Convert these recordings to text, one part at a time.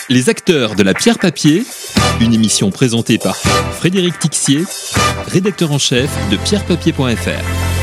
Les acteurs de la pierre papier, une émission présentée par Frédéric Tixier, rédacteur en chef de pierrepapier.fr.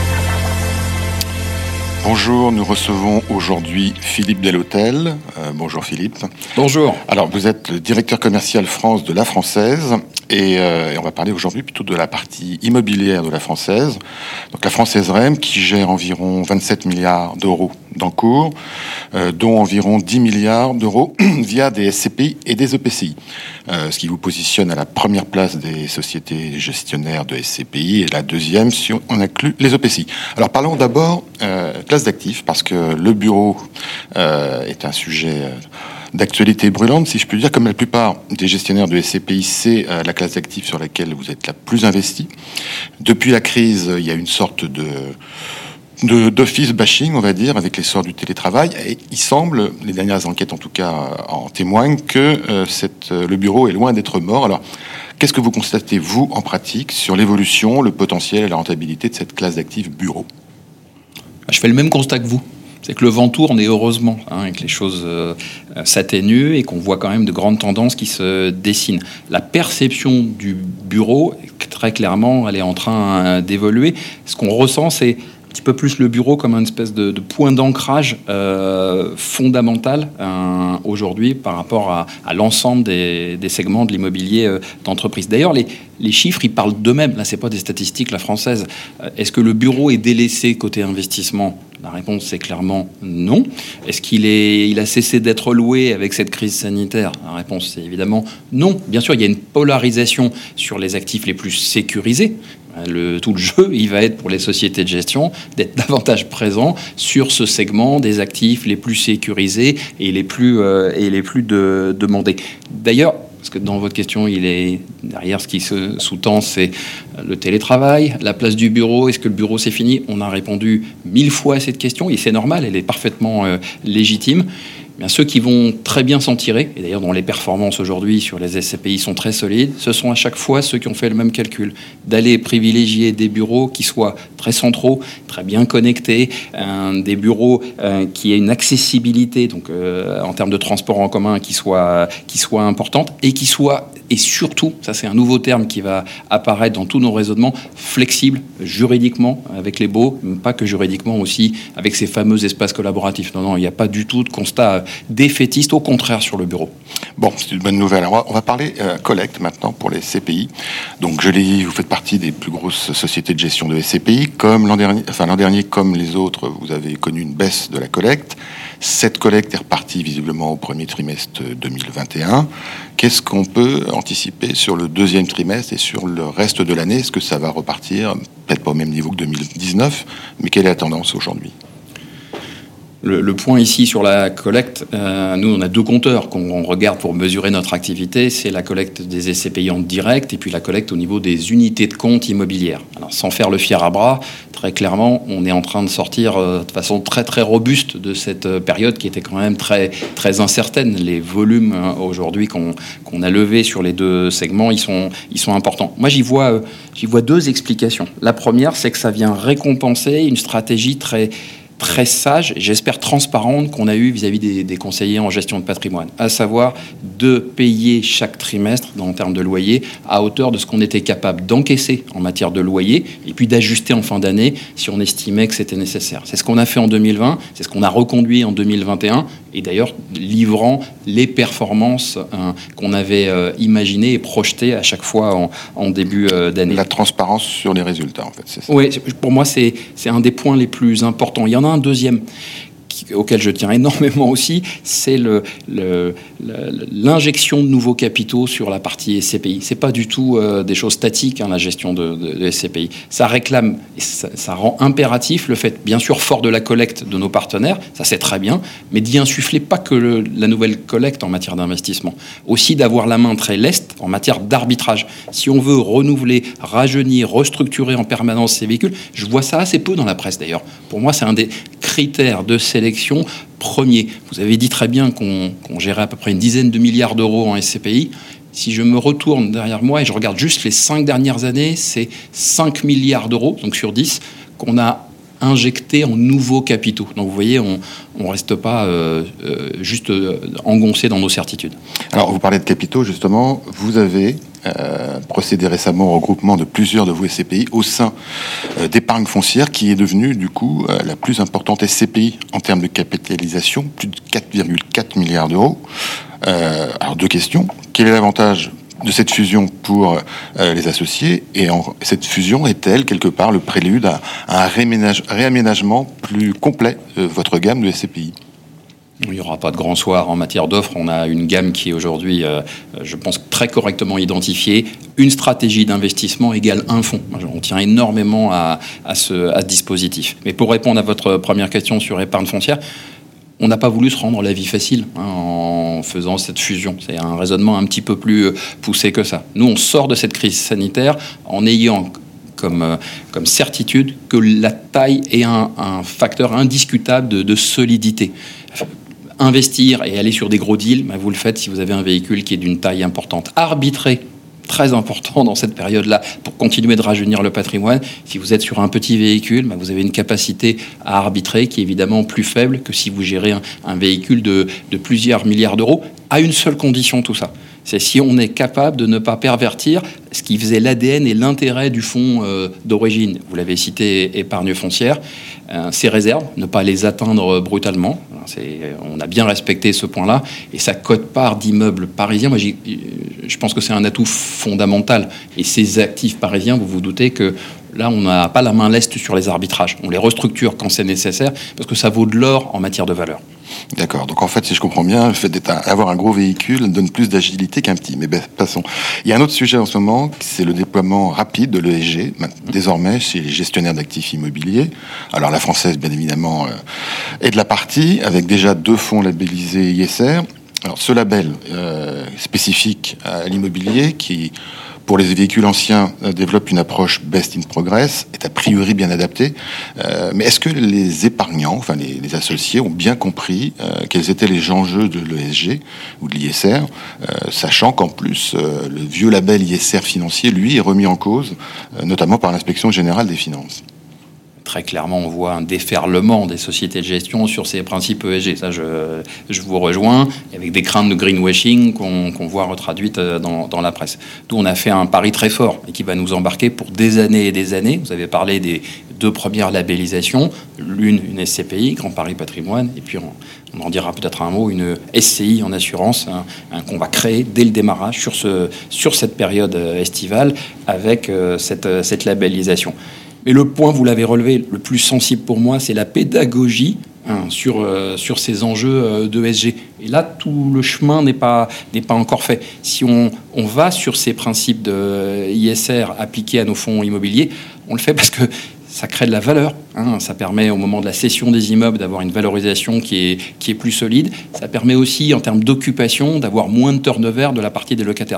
Bonjour, nous recevons aujourd'hui Philippe Delhôtel. Bonjour Philippe. Bonjour. Alors vous êtes le directeur commercial France de La Française et on va parler aujourd'hui plutôt de la partie immobilière de La Française. Donc La Française REM qui gère environ 27 milliards d'euros d'encours, dont environ 10 milliards d'euros via des SCPI et des EPCI. Ce qui vous positionne à la première place des sociétés gestionnaires de SCPI et la deuxième si on inclut les EPCI. Alors parlons d'abord classe d'actifs, parce que le bureau est un sujet d'actualité brûlante, si je puis dire. Comme la plupart des gestionnaires de SCPI, c'est la classe d'actifs sur laquelle vous êtes la plus investi. Depuis la crise, il y a une sorte d'office bashing, on va dire, avec l'essor du télétravail. Et il semble, les dernières enquêtes en tout cas en témoignent, que le bureau est loin d'être mort. Alors, qu'est-ce que vous constatez, vous, en pratique, sur l'évolution, le potentiel et la rentabilité de cette classe d'actifs bureau ? Je fais le même constat que vous. C'est que le vent tourne et heureusement, et que les choses s'atténuent et qu'on voit quand même de grandes tendances qui se dessinent. La perception du bureau, très clairement, elle est en train d'évoluer. Ce qu'on ressent, c'est un petit peu plus le bureau comme une espèce de point d'ancrage fondamental aujourd'hui par rapport à l'ensemble des segments de l'immobilier d'entreprise. D'ailleurs, les chiffres, ils parlent d'eux-mêmes. Là, c'est pas des statistiques, La Française. Est-ce que le bureau est délaissé côté investissement ? La réponse, c'est clairement non. Est-ce qu'il a cessé d'être loué avec cette crise sanitaire ? La réponse, c'est évidemment non. Bien sûr, il y a une polarisation sur les actifs les plus sécurisés. Tout le jeu, il va être pour les sociétés de gestion d'être davantage présents sur ce segment des actifs les plus sécurisés et les plus demandés. D'ailleurs, parce que dans votre question, derrière ce qui se sous-tend, c'est le télétravail, la place du bureau, est-ce que le bureau c'est fini ? On a répondu 1000 fois à cette question, et c'est normal, elle est parfaitement légitime. Bien, ceux qui vont très bien s'en tirer, et d'ailleurs dont les performances aujourd'hui sur les SCPI sont très solides, ce sont à chaque fois ceux qui ont fait le même calcul, d'aller privilégier des bureaux qui soient très centraux, très bien connectés, des bureaux qui aient une accessibilité, donc en termes de transport en commun, qui soit importante, et surtout, ça c'est un nouveau terme qui va apparaître dans tous nos raisonnements, flexible juridiquement avec les baux, pas que juridiquement aussi avec ces fameux espaces collaboratifs. Non, il n'y a pas du tout de constat défaitiste, au contraire sur le bureau. Bon, c'est une bonne nouvelle. Alors, on va parler collecte maintenant pour les SCPI. Donc, je l'ai dit, vous faites partie des plus grosses sociétés de gestion de SCPI. Comme l'an dernier, comme les autres, vous avez connu une baisse de la collecte. Cette collecte est repartie visiblement au premier trimestre 2021. Qu'est-ce qu'on peut anticiper sur le deuxième trimestre et sur le reste de l'année ? Est-ce que ça va repartir, peut-être pas au même niveau que 2019, mais quelle est la tendance aujourd'hui ? Le point ici sur la collecte, nous on a deux compteurs qu'on regarde pour mesurer notre activité, c'est la collecte des SCPI en direct et puis la collecte au niveau des unités de compte immobilières. Alors sans faire le fier à bras, très clairement on est en train de sortir de façon très très robuste de cette période qui était quand même très, très incertaine. Les volumes aujourd'hui qu'on a levés sur les deux segments, ils sont importants. Moi j'y vois deux explications. La première, c'est que ça vient récompenser une stratégie très sage, j'espère transparente, qu'on a eu vis-à-vis des conseillers en gestion de patrimoine, à savoir de payer chaque trimestre, en termes de loyer, à hauteur de ce qu'on était capable d'encaisser en matière de loyer, et puis d'ajuster en fin d'année si on estimait que c'était nécessaire. C'est ce qu'on a fait en 2020, c'est ce qu'on a reconduit en 2021, et d'ailleurs livrant les performances qu'on avait imaginées et projetées à chaque fois en début d'année. La transparence sur les résultats, en fait, c'est ça. Oui, pour moi, c'est un des points les plus importants. Il y en a un deuxième auquel je tiens énormément aussi, c'est l'injection de nouveaux capitaux sur la partie SCPI. C'est pas du tout des choses statiques, la gestion de SCPI. Ça réclame, ça rend impératif le fait, bien sûr, fort de la collecte de nos partenaires, ça c'est très bien, mais d'y insuffler pas que la nouvelle collecte en matière d'investissement, aussi d'avoir la main très leste en matière d'arbitrage. Si on veut renouveler, rajeunir, restructurer en permanence ces véhicules, je vois ça assez peu dans la presse d'ailleurs. Pour moi, c'est un des critères de sélection premier. Vous avez dit très bien qu'on gérait à peu près une dizaine de milliards d'euros en SCPI. Si je me retourne derrière moi et je regarde juste les 5 dernières années, c'est 5 milliards d'euros, donc sur 10, qu'on a injecter en nouveaux capitaux. Donc vous voyez, on ne reste pas juste engoncé dans nos certitudes. Alors vous parlez de capitaux, justement, vous avez procédé récemment au regroupement de plusieurs de vos SCPI au sein d'épargne foncière, qui est devenue du coup la plus importante SCPI en termes de capitalisation, plus de 4,4 milliards d'euros. Alors deux questions. Quel est l'avantage de cette fusion pour les associés, et cette fusion est-elle quelque part le prélude à un réaménagement plus complet de votre gamme de SCPI? Il n'y aura pas de grand soir en matière d'offres. On a une gamme qui est aujourd'hui, je pense, très correctement identifiée. Une stratégie d'investissement égale un fonds. On tient énormément à ce dispositif. Mais pour répondre à votre première question sur épargne foncière, on n'a pas voulu se rendre la vie facile en faisant cette fusion. C'est un raisonnement un petit peu plus poussé que ça. Nous, on sort de cette crise sanitaire en ayant comme certitude que la taille est un facteur indiscutable de solidité. Investir et aller sur des gros deals, vous le faites si vous avez un véhicule qui est d'une taille importante. Arbitrer, très important dans cette période-là, pour continuer de rajeunir le patrimoine. Si vous êtes sur un petit véhicule, vous avez une capacité à arbitrer qui est évidemment plus faible que si vous gérez un véhicule de plusieurs milliards d'euros, à une seule condition, tout ça. C'est si on est capable de ne pas pervertir ce qui faisait l'ADN et l'intérêt du fonds d'origine. Vous l'avez cité, épargne foncière. Ces réserves, ne pas les atteindre brutalement. On a bien respecté ce point-là. Et sa quote-part d'immeubles parisiens, moi, je pense que c'est un atout fondamental. Et ces actifs parisiens, vous vous doutez que là, on n'a pas la main leste sur les arbitrages. On les restructure quand c'est nécessaire, parce que ça vaut de l'or en matière de valeur. D'accord. Donc en fait, si je comprends bien, le fait d'avoir un gros véhicule donne plus d'agilité qu'un petit. Mais passons. Il y a un autre sujet en ce moment, c'est le déploiement rapide de l'ESG, désormais chez les gestionnaires d'actifs immobiliers. Alors la Française, bien évidemment, est de la partie, avec déjà 2 fonds labellisés ISR. Alors ce label spécifique à l'immobilier, qui pour les véhicules anciens développe une approche best in progress, est a priori bien adaptée. Mais est-ce que les épargnants, enfin les associés, ont bien compris quels étaient les enjeux de l'ESG ou de l'ISR, sachant qu'en plus, le vieux label ISR financier, lui, est remis en cause, notamment par l'Inspection générale des finances? Très clairement, on voit un déferlement des sociétés de gestion sur ces principes ESG. Ça, je vous rejoins, avec des craintes de greenwashing qu'on voit retraduites dans la presse. D'où on a fait un pari très fort et qui va nous embarquer pour des années et des années. Vous avez parlé des 2 premières labellisations, une SCPI, Grand Paris Patrimoine, et puis on en dira peut-être un mot, une SCI en assurance, qu'on va créer dès le démarrage sur cette période estivale avec cette labellisation. Mais le point, vous l'avez relevé, le plus sensible pour moi, c'est la pédagogie sur ces enjeux d'ESG. Et là, tout le chemin n'est pas encore fait. Si on va sur ces principes de ISR appliqués à nos fonds immobiliers, on le fait parce que ça crée de la valeur. Ça permet au moment de la cession des immeubles d'avoir une valorisation qui est plus solide. Ça permet aussi en termes d'occupation d'avoir moins de turnover de la partie des locataires.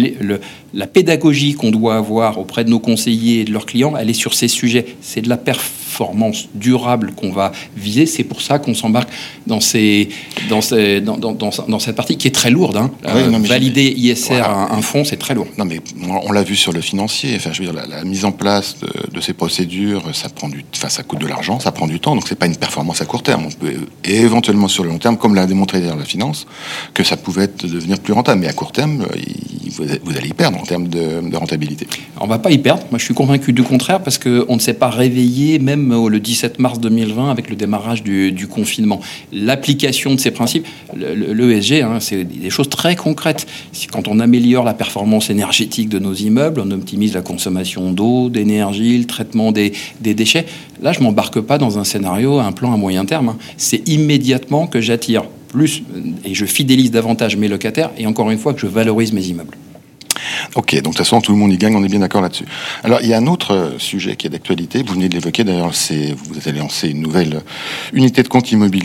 La pédagogie qu'on doit avoir auprès de nos conseillers et de leurs clients, elle est sur ces sujets. C'est de la performance durable qu'on va viser. C'est pour ça qu'on s'embarque dans cette partie qui est très lourde. Valider ISR un fonds, c'est très lourd. Non, mais on l'a vu sur le financier. Enfin, je veux dire, la mise en place de ces procédures, ça coûte de l'argent, ça prend du temps, donc c'est pas une performance à court terme. On peut éventuellement sur le long terme, comme l'a démontré d'ailleurs la finance, que ça pouvait devenir plus rentable, mais à court terme, vous allez y perdre en termes de rentabilité. On va pas y perdre. Moi, je suis convaincu du contraire, parce que on ne s'est pas réveillé même le 17 mars 2020 avec le démarrage du confinement. L'application de ces principes, l'ESG, c'est des choses très concrètes. Quand on améliore la performance énergétique de nos immeubles, on optimise la consommation d'eau, d'énergie, le traitement des déchets. Là, je m'embarque pas dans un scénario, un plan à moyen terme. C'est immédiatement que j'attire plus et je fidélise davantage mes locataires, et encore une fois que je valorise mes immeubles. Ok, donc de toute façon, tout le monde y gagne, on est bien d'accord là-dessus. Alors, il y a un autre sujet qui est d'actualité, vous venez de l'évoquer, d'ailleurs, vous allez lancer une nouvelle unité de compte immobilière.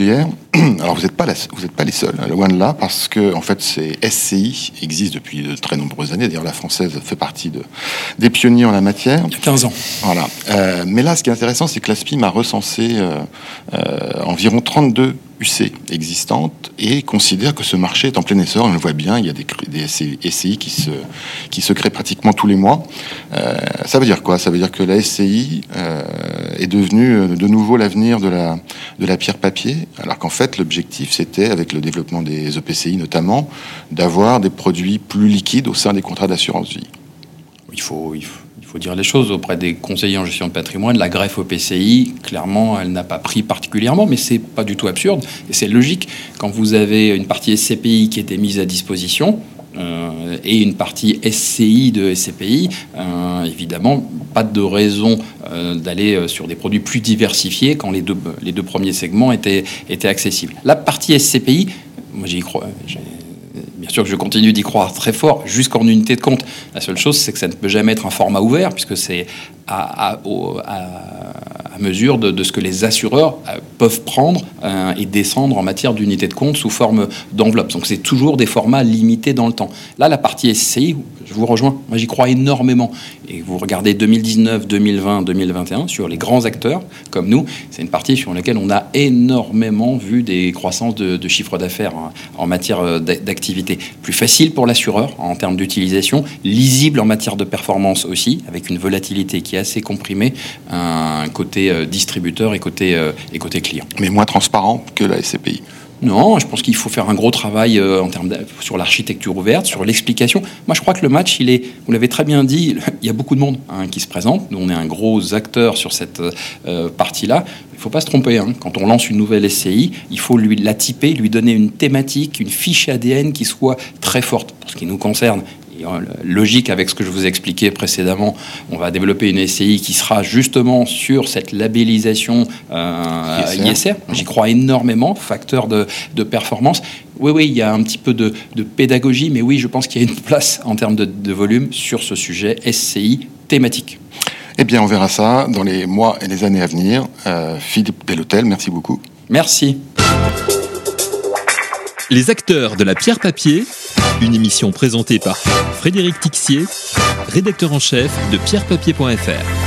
Alors vous n'êtes pas les seuls, loin de là, parce que en fait ces SCI existent depuis de très nombreuses années. D'ailleurs, la Française fait partie des pionniers en la matière. Il y a 15 ans. Voilà. Mais là, ce qui est intéressant, c'est que l'ASPIM a recensé environ 32 UC existantes et considère que ce marché est en plein essor. On le voit bien, il y a des SCI qui se créent pratiquement tous les mois. Ça veut dire quoi? Ça veut dire que la SCI est devenue de nouveau l'avenir de la pierre papier, alors qu'en fait l'objectif c'était, avec le développement des EPCI notamment, d'avoir des produits plus liquides au sein des contrats d'assurance vie. Il faut dire les choses auprès des conseillers en gestion de patrimoine. La greffe au PCI, clairement, elle n'a pas pris particulièrement, mais c'est pas du tout absurde et c'est logique. Quand vous avez une partie SCPI qui était mise à disposition et une partie SCI de SCPI, évidemment, pas de raison d'aller sur des produits plus diversifiés quand les deux premiers segments étaient accessibles. La partie SCPI, moi j'y crois. Bien sûr que je continue d'y croire très fort, jusqu'en unité de compte. La seule chose, c'est que ça ne peut jamais être un format ouvert, puisque c'est à mesure de ce que les assureurs peuvent prendre et descendre en matière d'unité de compte sous forme d'enveloppe. Donc c'est toujours des formats limités dans le temps. Là, la partie SCI, je vous rejoins, moi j'y crois énormément. Et vous regardez 2019, 2020, 2021, sur les grands acteurs comme nous, c'est une partie sur laquelle on a énormément vu des croissances de chiffre d'affaires en matière d'activité. Plus facile pour l'assureur en termes d'utilisation, lisible en matière de performance aussi, avec une volatilité qui est assez comprimée, côté distributeur et côté client. Mais moins transparent que la SCPI. Non, je pense qu'il faut faire un gros travail sur l'architecture ouverte, sur l'explication. Moi, je crois que le match, vous l'avez très bien dit, il y a beaucoup de monde qui se présente. Nous, on est un gros acteur sur cette partie-là. Il ne faut pas se tromper. Quand on lance une nouvelle SCI, il faut la typer, lui donner une thématique, une fiche ADN qui soit très forte. Pour ce qui nous concerne, logique avec ce que je vous expliquais précédemment, on va développer une SCI qui sera justement sur cette labellisation ISR. J'y crois énormément, facteur de performance. Oui, il y a un petit peu de pédagogie, mais oui, je pense qu'il y a une place en termes de volume sur ce sujet SCI thématique. Eh bien, on verra ça dans les mois et les années à venir. Philippe Delotel, merci beaucoup. Merci. Les acteurs de la pierre papier, une émission présentée par Frédéric Tixier, rédacteur en chef de pierrepapier.fr.